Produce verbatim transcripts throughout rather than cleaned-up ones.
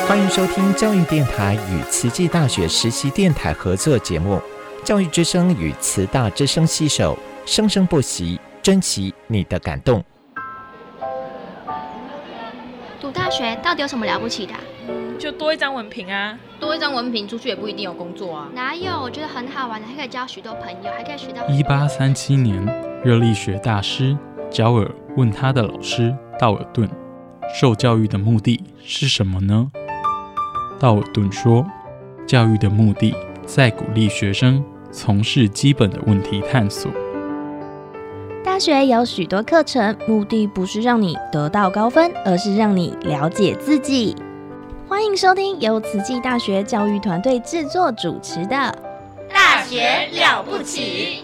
欢迎收听教育电台与慈济大学实习电台合作节目《教育之声》与慈大之声携手，生生不息，珍惜你的感动。 读大学到底有什么了不起的、啊？ 就多一张文凭啊！ 多一张文凭，出去也不一定有工作啊。 哪有？我觉得很好玩的，还可以交许多朋友，还可以学到。 一八三七年，热力学大师焦耳问他的老师道尔顿，受教育的目的是什么呢？道尔顿说，教育的目的在鼓励学生从事基本的问题探索。 大学有许多课程，目的不是让你得到高分，而是让你了解自己。欢迎收听由慈济大学教育团队制作主持的《 大学了不起》。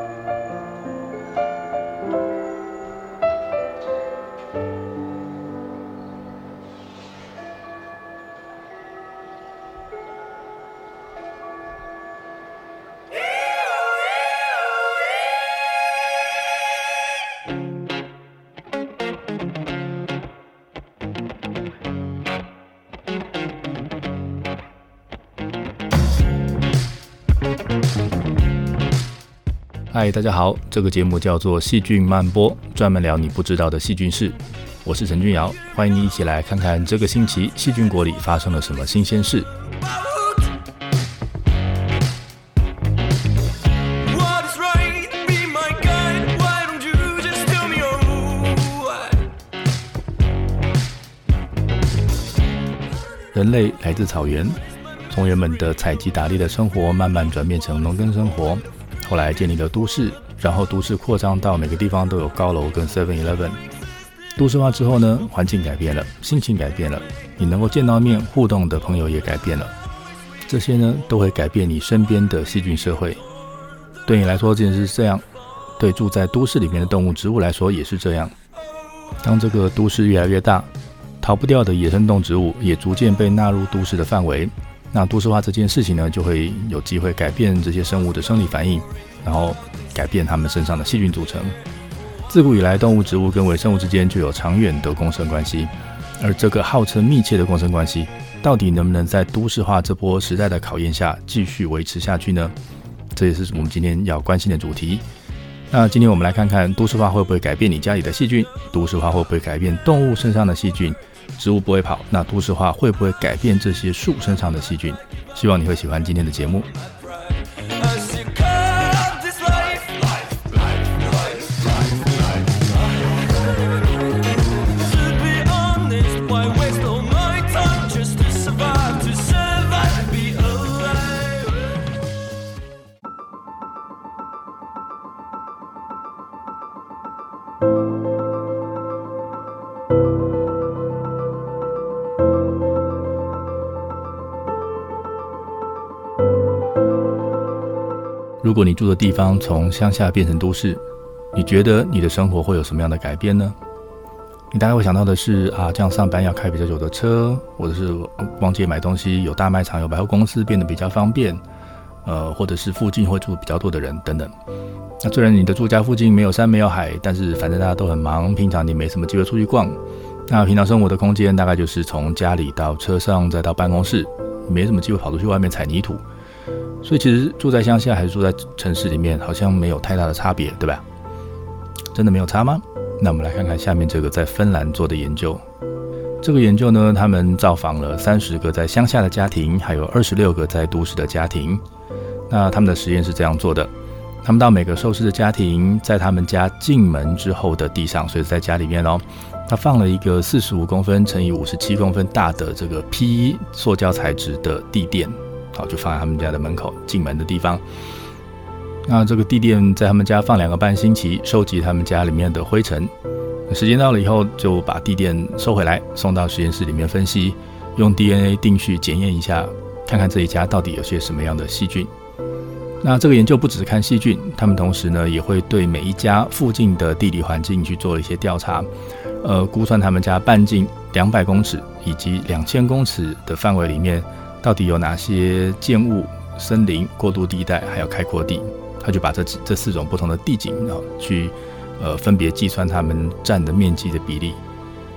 嗨，大家好，这个节目叫做细菌漫播，专门聊你不知道的细菌事。我是陈君尧，欢迎你一起来看看这个星期细菌国里发生了什么新鲜事。人类来自草原，从原本的采集打猎的生活慢慢转变成农耕生活，后来建立了都市，然后都市扩张到每个地方都有高楼跟 seven eleven。 都市化之后呢，环境改变了，心情改变了，你能够见到面互动的朋友也改变了，这些呢都会改变你身边的细菌社会。对你来说这件事是这样，对住在都市里面的动物植物来说也是这样。当这个都市越来越大，逃不掉的野生动植物也逐渐被纳入都市的范围，那都市化这件事情呢，就会有机会改变这些生物的生理反应，然后改变它们身上的细菌组成。自古以来，动物、植物跟微生物之间就有长远的共生关系，而这个号称密切的共生关系，到底能不能在都市化这波时代的考验下继续维持下去呢？这也是我们今天要关心的主题。那今天我们来看看都市化会不会改变你家里的细菌，都市化会不会改变动物身上的细菌。植物不会跑，那都市化会不会改变这些树身上的细菌？希望你会喜欢今天的节目。如果你住的地方从乡下变成都市，你觉得你的生活会有什么样的改变呢？你大概会想到的是啊，这样上班要开比较久的车，或者是逛街买东西有大卖场有百货公司变得比较方便，呃，或者是附近会住比较多的人等等。那虽然你的住家附近没有山没有海，但是反正大家都很忙，平常你没什么机会出去逛。那平常生活的空间大概就是从家里到车上再到办公室，没什么机会跑出去外面踩泥土。所以其实住在乡下还是住在城市里面好像没有太大的差别，对吧？真的没有差吗？那我们来看看下面这个在芬兰做的研究。这个研究呢，他们造访了三十个在乡下的家庭，还有二十六个在都市的家庭。那他们的实验是这样做的，他们到每个受试的家庭，在他们家进门之后的地上，所以在家里面哦，他放了一个四十五公分乘以五十七公分大的这个 P 一 塑胶材质的地垫，好，就放在他们家的门口进门的地方。那这个地垫在他们家放两个半星期，收集他们家里面的灰尘。时间到了以后，就把地垫收回来，送到实验室里面分析，用 D N A 定序检验一下，看看这一家到底有些什么样的细菌。那这个研究不只是看细菌，他们同时呢也会对每一家附近的地理环境去做一些调查，呃，估算他们家半径两百公尺以及两千公尺的范围里面，到底有哪些建物、森林、过渡地带，还有开阔地。他就把这这四种不同的地景、哦、去呃分别计算他们占的面积的比例。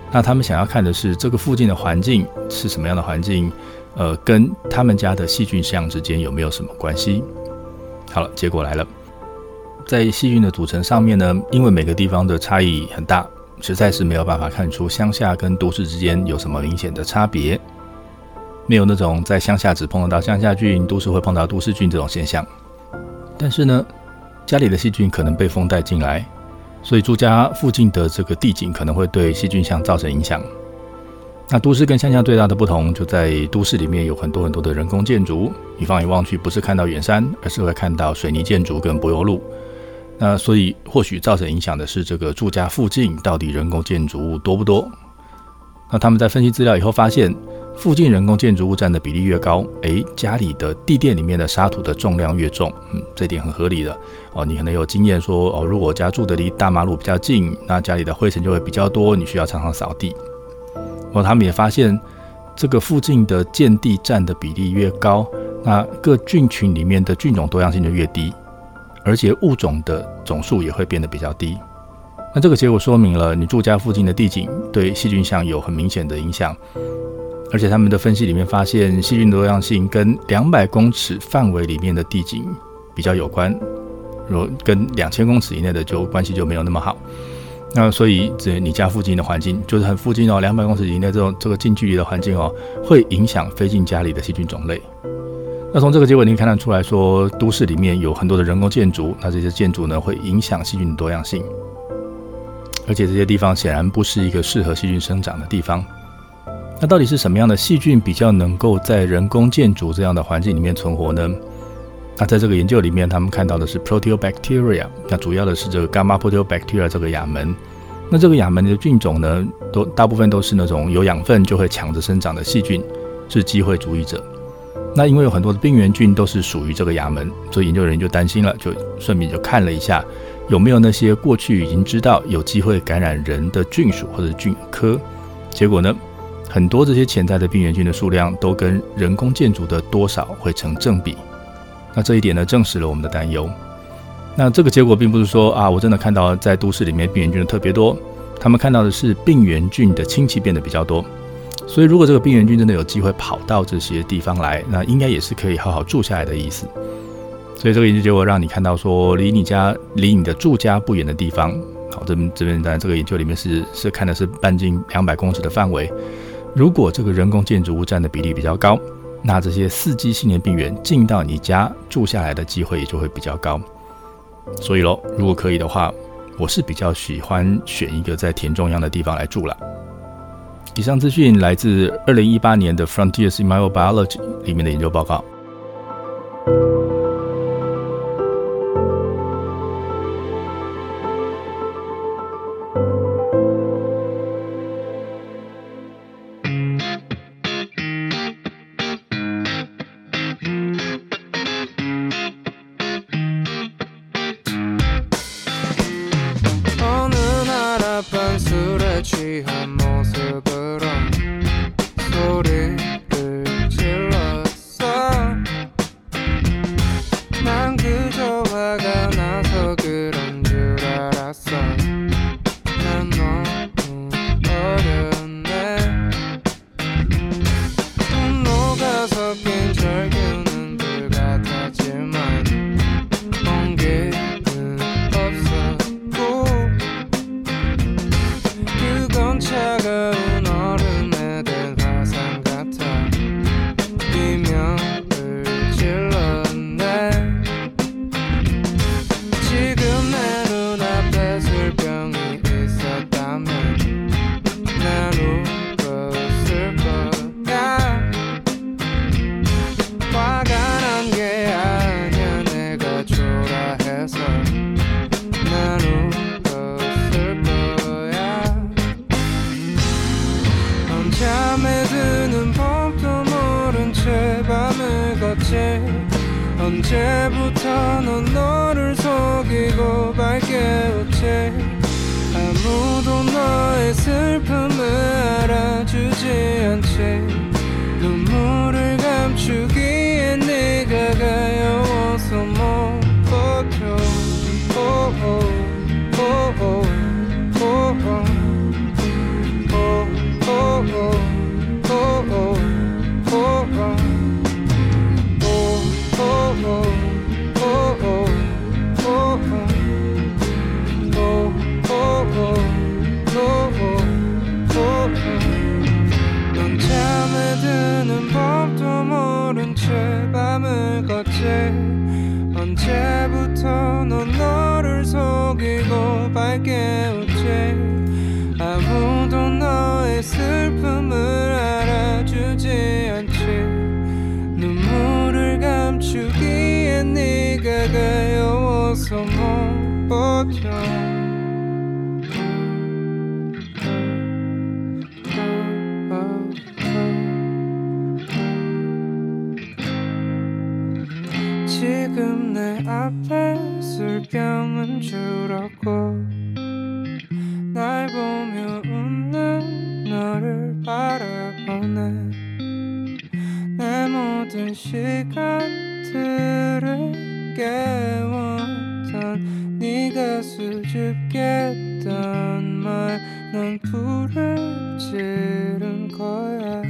那他们想要看的是这个附近的环境是什么样的环境，呃，跟他们家的细菌相之间有没有什么关系。好了，结果来了，在细菌的组成上面呢，因为每个地方的差异很大，实在是没有办法看出乡下跟都市之间有什么明显的差别，没有那种在乡下只碰得到乡下菌，都市会碰到都市菌这种现象。但是呢，家里的细菌可能被风带进来，所以住家附近的这个地景可能会对细菌相造成影响。那都市跟乡下最大的不同就在都市里面有很多很多的人工建筑，你放眼望去不是看到远山，而是会看到水泥建筑跟柏油路。那所以或许造成影响的是这个住家附近到底人工建筑物多不多。那他们在分析资料以后发现，附近人工建筑物占的比例越高，诶，家里的地垫里面的沙土的重量越重，嗯，这点很合理的哦。你可能有经验说，哦，如果我家住的离大马路比较近，那家里的灰尘就会比较多，你需要常常扫地。哦，他们也发现，这个附近的建地占的比例越高，那各菌群里面的菌种多样性就越低，而且物种的总数也会变得比较低。那这个结果说明了你住家附近的地景对细菌相有很明显的影响，而且他们的分析里面发现，细菌多样性跟两百公尺范围里面的地景比较有关，如果跟两千公尺以内的就关系就没有那么好。那所以你家附近的环境就是很附近哦，两百公尺以内这种这个近距离的环境哦，会影响飞进家里的细菌种类。那从这个结果你可以看得出来说，都市里面有很多的人工建筑，那这些建筑呢会影响细菌的多样性，而且这些地方显然不是一个适合细菌生长的地方。那到底是什么样的细菌比较能够在人工建筑这样的环境里面存活呢？那在这个研究里面，他们看到的是 Proteobacteria， 那主要的是这个 Gamma Proteobacteria 这个亚门。那这个亚门的菌种呢，都大部分都是那种有养分就会抢着生长的细菌，是机会主义者。那因为有很多的病原菌都是属于这个亚门，所以研究人员就担心了，就顺便就看了一下有没有那些过去已经知道有机会感染人的菌属或者菌科。结果呢，很多这些潜在的病原菌的数量都跟人工建筑的多少会成正比。那这一点呢，证实了我们的担忧。那这个结果并不是说啊，我真的看到在都市里面病原菌特别多，他们看到的是病原菌的亲戚变得比较多。所以如果这个病原菌真的有机会跑到这些地方来，那应该也是可以好好住下来的意思。所以这个研究结果让你看到说，离你家离你的住家不远的地方，好，这边这边当然这个研究里面是是看的是半径两百公尺的范围，如果这个人工建筑物占的比例比较高，那这些四季新年病原进到你家住下来的机会也就会比较高。所以咯，如果可以的话，我是比较喜欢选一个在田中央的地方来住了。以上资讯来自二零一八年的 Frontiers in Microbiology 里面的研究报告。 언제부터 넌 너를 속이고 밝게 웃지 아무도 너의 슬픔을 알아주지 않지 눈물을 감추기에 네가 가여워서 못 버텨 oh, oh, oh, oh, oh, oh. 채 밤을 걷지 언제부터 넌 너를 속이고 밝게 웃지 아무도 너의 슬픔을 알아주지 않지 눈물을 감추기엔 네가 가여워서 못 버텨 지금 내 앞에 술병은 줄었고 날 보며 웃는 너를 바라보네 내 모든 시간들을 깨웠던 네가 수줍겠던 말 넌 불을 지른 거야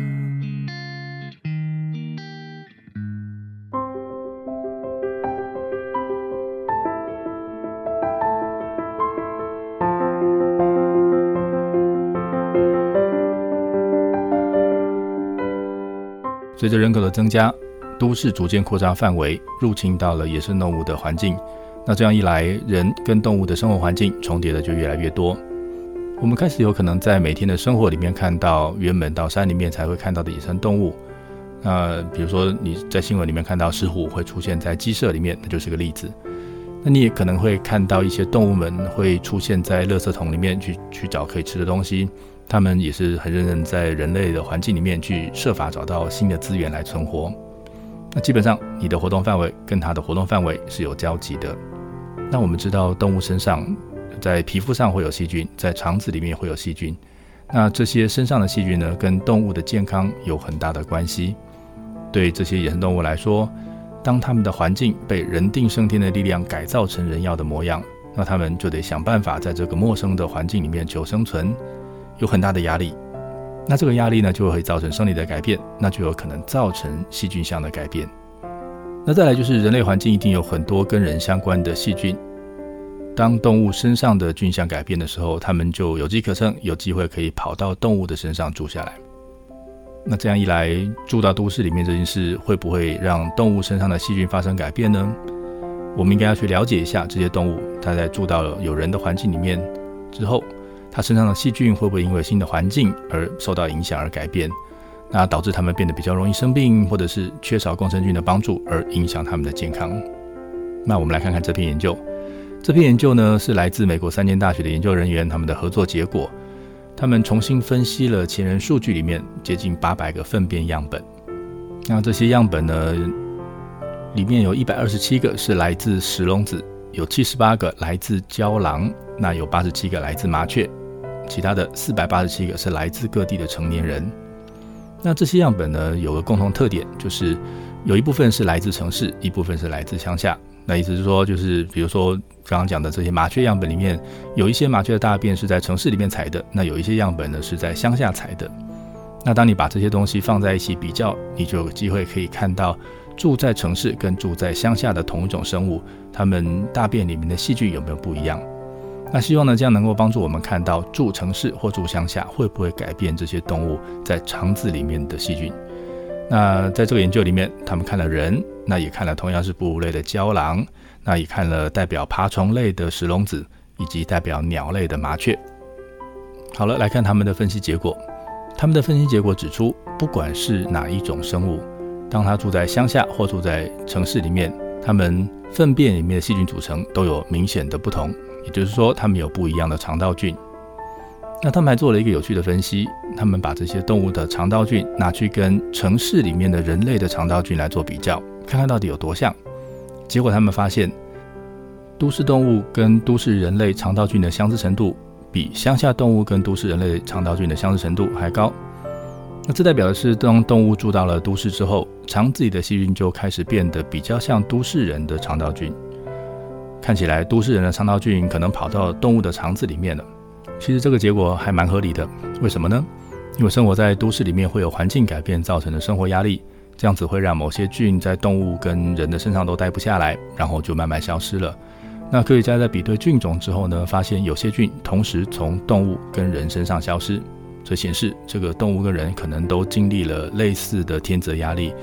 随着人口的增加，都市逐渐扩张范围，入侵到了野生动物的环境。那这样一来，人跟动物的生活环境重叠的就越来越多。我们开始有可能在每天的生活里面看到原本到山里面才会看到的野生动物。那比如说你在新闻里面看到石虎会出现在鸡舍里面，那就是个例子。那你也可能会看到一些动物们会出现在垃圾桶里面去去找可以吃的东西。他们也是很认真在人类的环境里面去设法找到新的资源来存活。那基本上你的活动范围跟它的活动范围是有交集的。那我们知道动物身上在皮肤上会有细菌，在肠子里面会有细菌。那这些身上的细菌呢，跟动物的健康有很大的关系。对这些野生动物来说，当他们的环境被人定胜天的力量改造成人要的模样，那他们就得想办法在这个陌生的环境里面求生存。有很大的压力，那这个压力呢就会造成生理的改变，那就有可能造成细菌相的改变。那再来就是人类环境一定有很多跟人相关的细菌，当动物身上的菌相改变的时候，它们就有机可乘，有机会可以跑到动物的身上住下来。那这样一来，住到都市里面这件事会不会让动物身上的细菌发生改变呢？我们应该要去了解一下这些动物，它在住到有人的环境里面之后，它身上的细菌会不会因为新的环境而受到影响而改变，那导致它们变得比较容易生病，或者是缺少共生菌的帮助而影响它们的健康。那我们来看看这篇研究。这篇研究呢是来自美国三间大学的研究人员他们的合作结果，他们重新分析了前人数据里面接近八百个粪便样本。那这些样本呢里面有一百二十七个是来自石笼子，有七十八个来自郊狼，那有八十七个来自麻雀，其他的四百八十七个是来自各地的成年人。那这些样本呢有个共同特点，就是有一部分是来自城市，一部分是来自乡下。那意思是说，就是比如说刚刚讲的这些麻雀样本里面，有一些麻雀的大便是在城市里面采的，那有一些样本呢是在乡下采的。那当你把这些东西放在一起比较，你就有机会可以看到住在城市跟住在乡下的同一种生物，它们大便里面的细菌有没有不一样。那希望呢这样能够帮助我们看到住城市或住乡下会不会改变这些动物在肠子里面的细菌。那在这个研究里面，他们看了人，那也看了同样是哺乳类的郊狼，那也看了代表爬虫类的石笼子，以及代表鸟类的麻雀。好了，来看他们的分析结果。他们的分析结果指出，不管是哪一种生物，当它住在乡下或住在城市里面，它们粪便里面的细菌组成都有明显的不同，也就是说它们有不一样的肠道菌。那他们还做了一个有趣的分析，他们把这些动物的肠道菌拿去跟城市里面的人类的肠道菌来做比较，看看到底有多像。结果他们发现，都市动物跟都市人类肠道菌的相似程度比乡下动物跟都市人类肠道菌的相似程度还高。那这代表的是，当动物住到了都市之后，肠子里的细菌就开始变得比较像都市人的肠道菌。看起来都市人的肠道菌可能跑到动物的肠子里面了。其实这个结果还蛮合理的，为什么呢？因为生活在都市里面会有环境改变造成的生活压力，这样子会让某些菌在动物跟人的身上都待不下来，然后就慢慢消失了。那科学家在比对菌种之后呢，发现有些菌同时从动物跟人身上消失，这显示这个动物跟人可能都经历了类似的天择压力，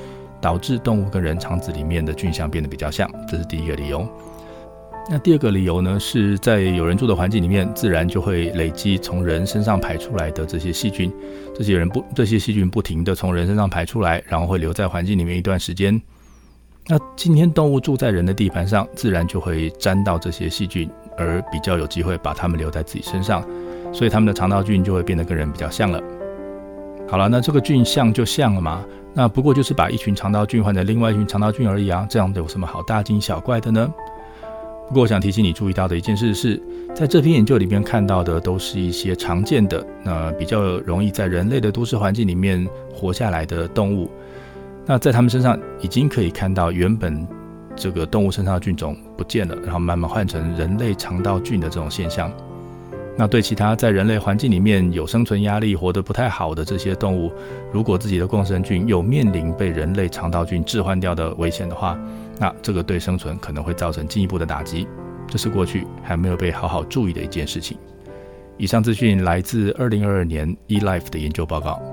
导致动物跟人肠子里面的菌相变得比较像，这是第一个理由。那第二个理由呢，是在有人住的环境里面，自然就会累积从人身上排出来的这些细菌，这些人不这些细菌不停的从人身上排出来，然后会留在环境里面一段时间。那今天动物住在人的地盘上，自然就会沾到这些细菌，而比较有机会把它们留在自己身上，所以它们的肠道菌就会变得跟人比较像了。好了，那这个菌像就像了嘛，那不过就是把一群肠道菌换成另外一群肠道菌而已啊，这样有什么好大惊小怪的呢？不过我想提醒你注意到的一件事是，在这篇研究里面看到的都是一些常见的，那比较容易在人类的都市环境里面活下来的动物。那在他们身上已经可以看到原本这个动物身上的菌种不见了，然后慢慢换成人类肠道菌的这种现象。那对其他在人类环境里面有生存压力、活得不太好的这些动物，如果自己的共生菌有面临被人类肠道菌置换掉的危险的话，那这个对生存可能会造成进一步的打击。这是过去还没有被好好注意的一件事情。以上资讯来自二零二二年 eLife 的研究报告。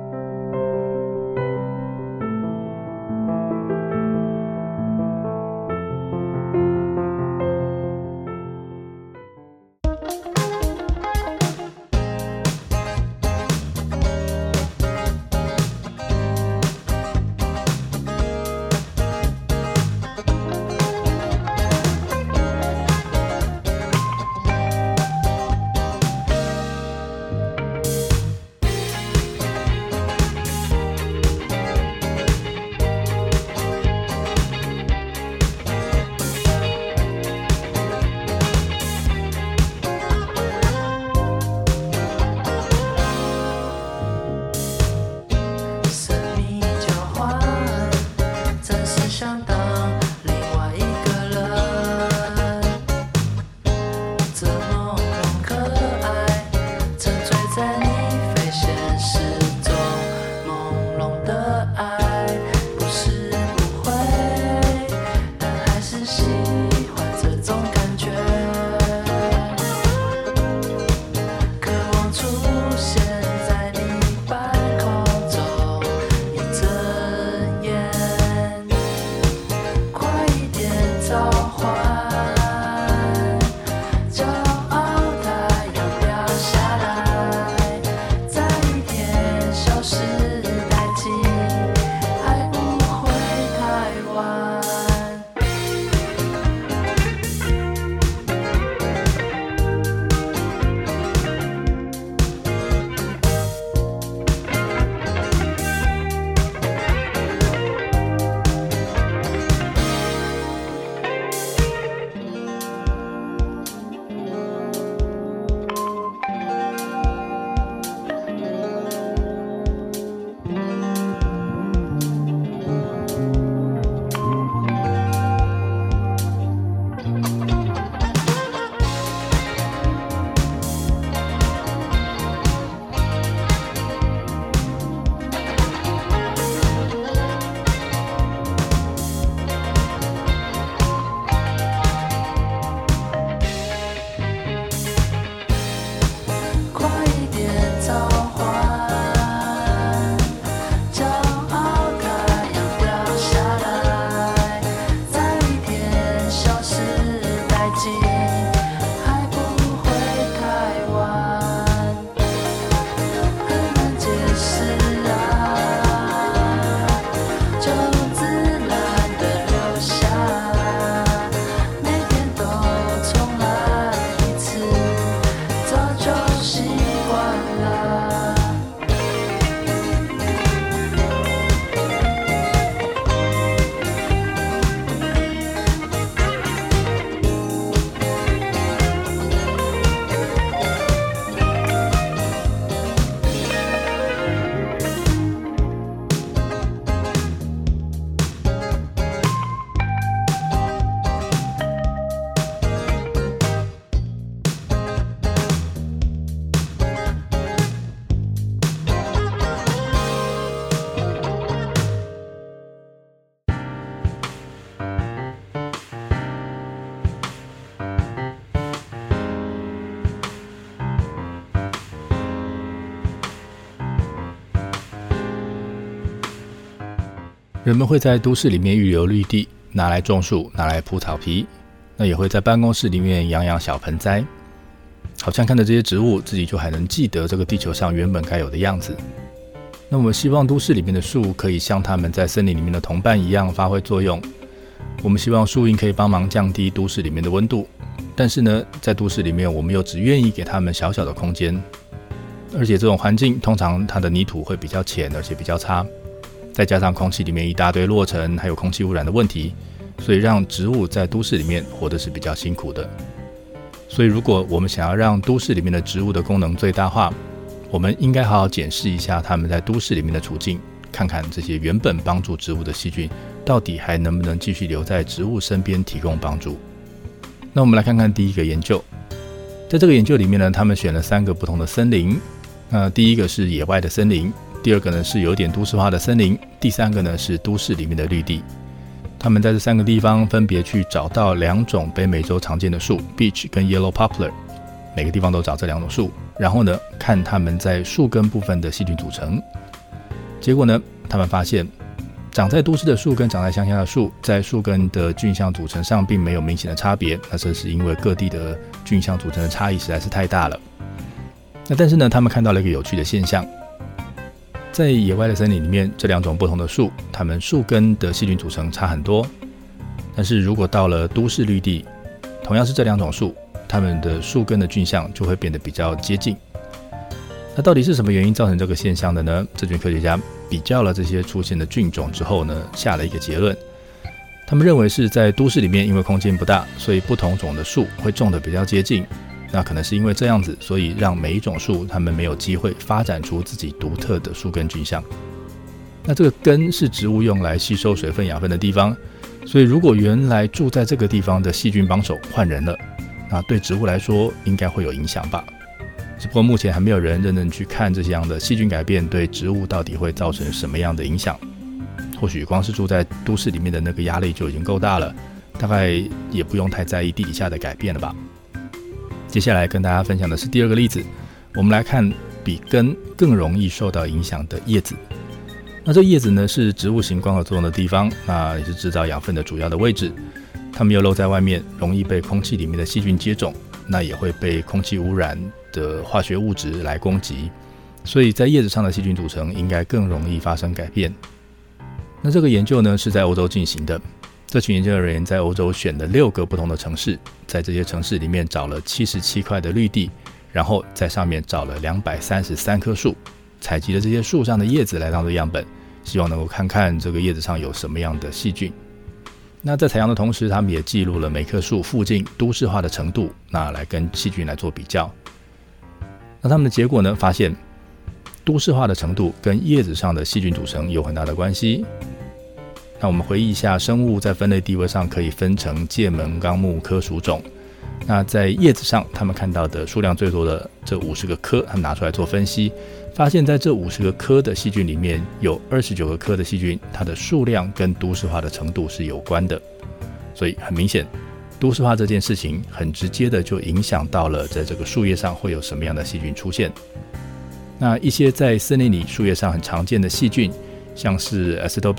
人们会在都市里面预留绿地，拿来种树，拿来铺草皮，那也会在办公室里面养养小盆栽，好像看着这些植物，自己就还能记得这个地球上原本该有的样子。那我们希望都市里面的树可以像他们在森林里面的同伴一样发挥作用。我们希望树荫可以帮忙降低都市里面的温度，但是呢，在都市里面我们又只愿意给他们小小的空间，而且这种环境通常它的泥土会比较浅，而且比较差，再加上空气里面一大堆落尘，还有空气污染的问题，所以让植物在都市里面活得是比较辛苦的。所以如果我们想要让都市里面的植物的功能最大化，我们应该好好检视一下他们在都市里面的处境，看看这些原本帮助植物的细菌到底还能不能继续留在植物身边提供帮助。那我们来看看第一个研究。在这个研究里面呢，他们选了三个不同的森林。那第一个是野外的森林，第二个呢是有点都市化的森林，第三个呢是都市里面的绿地。他们在这三个地方分别去找到两种北美洲常见的树 Beech 跟 Yellow Poplar， 每个地方都找这两种树，然后呢看他们在树根部分的细菌组成。结果呢，他们发现长在都市的树跟长在乡下的树，在树根的菌相组成上并没有明显的差别，那这是因为各地的菌相组成的差异实在是太大了。那但是呢，他们看到了一个有趣的现象，在野外的森林里面，这两种不同的树，它们树根的细菌组成差很多，但是如果到了都市绿地，同样是这两种树，它们的树根的菌相就会变得比较接近。那到底是什么原因造成这个现象的呢？这群科学家比较了这些出现的菌种之后呢，下了一个结论。他们认为是在都市里面，因为空间不大，所以不同种的树会种得比较接近。那可能是因为这样子，所以让每一种树它们没有机会发展出自己独特的树根菌相。那这个根是植物用来吸收水分养分的地方，所以如果原来住在这个地方的细菌帮手换人了，那对植物来说应该会有影响吧。只不过目前还没有人认真去看这样的细菌改变对植物到底会造成什么样的影响。或许光是住在都市里面的那个压力就已经够大了，大概也不用太在意地底下的改变了吧。接下来跟大家分享的是第二个例子，我们来看比根更容易受到影响的叶子。那这叶子呢，是植物行光合作用的地方，那也是制造养分的主要的位置。它们又露在外面，容易被空气里面的细菌接种，那也会被空气污染的化学物质来攻击，所以在叶子上的细菌组成应该更容易发生改变。那这个研究呢是在欧洲进行的，这群研究人员在欧洲选了六个不同的城市，在这些城市里面找了七十七块的绿地，然后在上面找了两百三十三棵树，采集了这些树上的叶子来当做样本，希望能够看看这个叶子上有什么样的细菌。那在采样的同时，他们也记录了每棵树附近都市化的程度，那来跟细菌来做比较。那他们的结果呢，发现都市化的程度跟叶子上的细菌组成有很大的关系。那我们回忆一下，生物在分类地位上可以分成界门纲目科属种。那在叶子上，他们看到的数量最多的这五十个科，他们拿出来做分析，发现在这五十个科的细菌里面，有二十九个科的细菌，它的数量跟都市化的程度是有关的。所以很明显，都市化这件事情很直接的就影响到了在这个树叶上会有什么样的细菌出现。那一些在森林里树叶上很常见的细菌，像是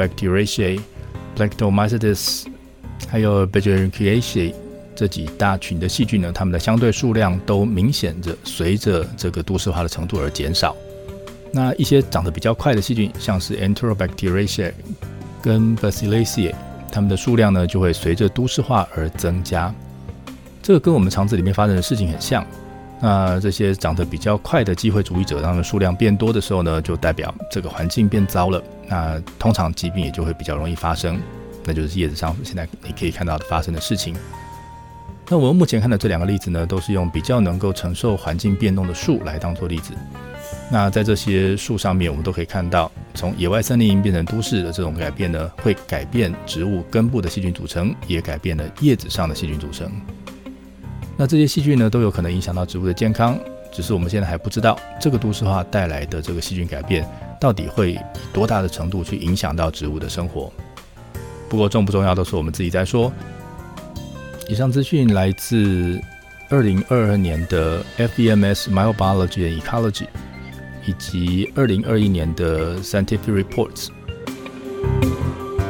Acetobacteriaceae、Blectomycetes 还有 Bergeriniaceae 这几大群的细菌呢，它们的相对数量都明显的随着这个都市化的程度而减少。那一些长得比较快的细菌，像是 Enterobacteriaceae 跟 Bacillinaceae， 它们的数量呢就会随着都市化而增加。这个跟我们肠子里面发生的事情很像。那这些长得比较快的机会主义者，当它们数量变多的时候呢，就代表这个环境变糟了，那通常疾病也就会比较容易发生，那就是叶子上现在你可以看到的发生的事情。那我们目前看的这两个例子呢，都是用比较能够承受环境变动的树来当做例子。那在这些树上面，我们都可以看到，从野外森林变成都市的这种改变呢，会改变植物根部的细菌组成，也改变了叶子上的细菌组成。那这些细菌呢，都有可能影响到植物的健康，只是我们现在还不知道这个都市化带来的这个细菌改变，到底会以多大的程度去影响到植物的生活。不过重不重要都是我们自己在说。以上资讯来自二零二二年的 F E M S Microbiology and Ecology 以及二零二一年的 Scientific Reports。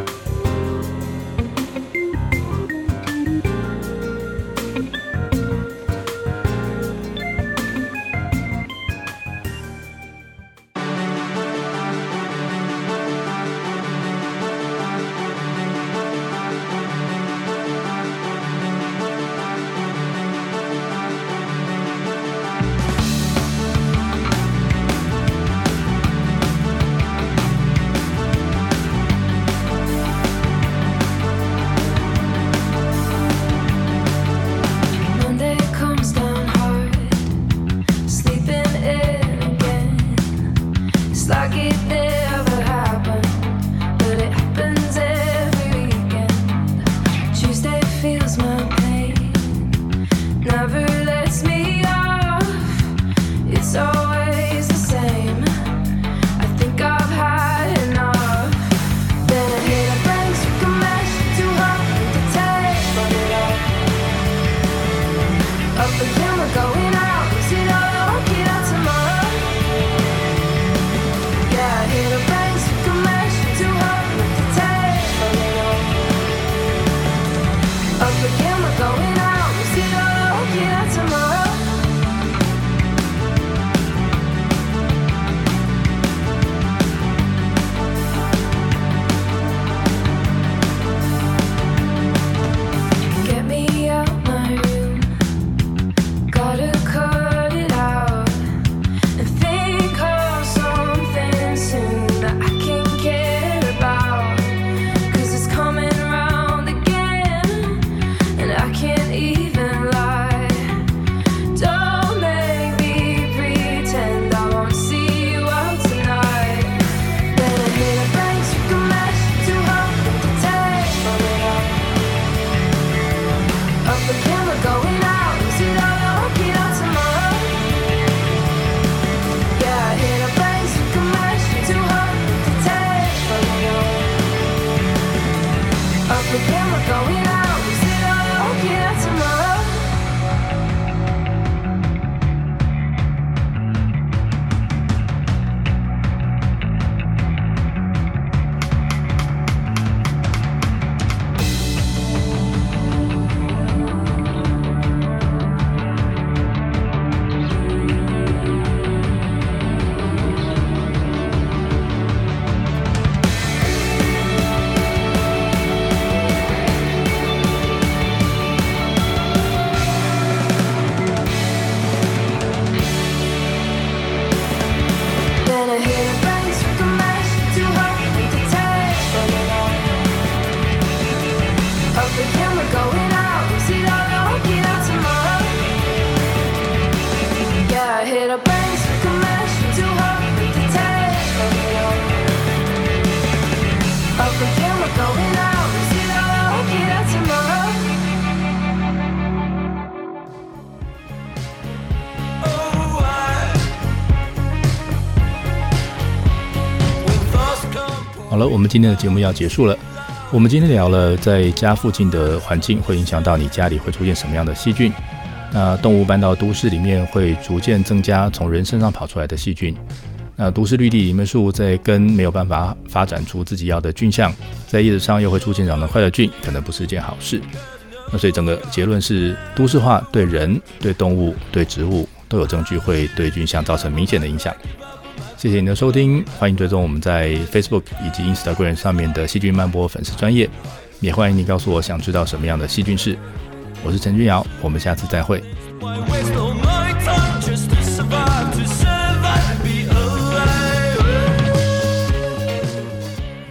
好了，我们今天的节目要结束了。我们今天聊了在家附近的环境会影响到你家里会出现什么样的细菌。那动物搬到都市里面会逐渐增加从人身上跑出来的细菌。那都市绿地里面树在根没有办法发展出自己要的菌相，在叶子上又会出现长得快的菌，可能不是件好事。那所以整个结论是，都市化对人、对动物、对植物都有证据会对菌相造成明显的影响。谢谢你的收听，欢迎追踪我们在 Facebook 以及 Instagram 上面的细菌漫播粉丝专页，也欢迎你告诉我想知道什么样的细菌事。我是陈君尧，我们下次再会。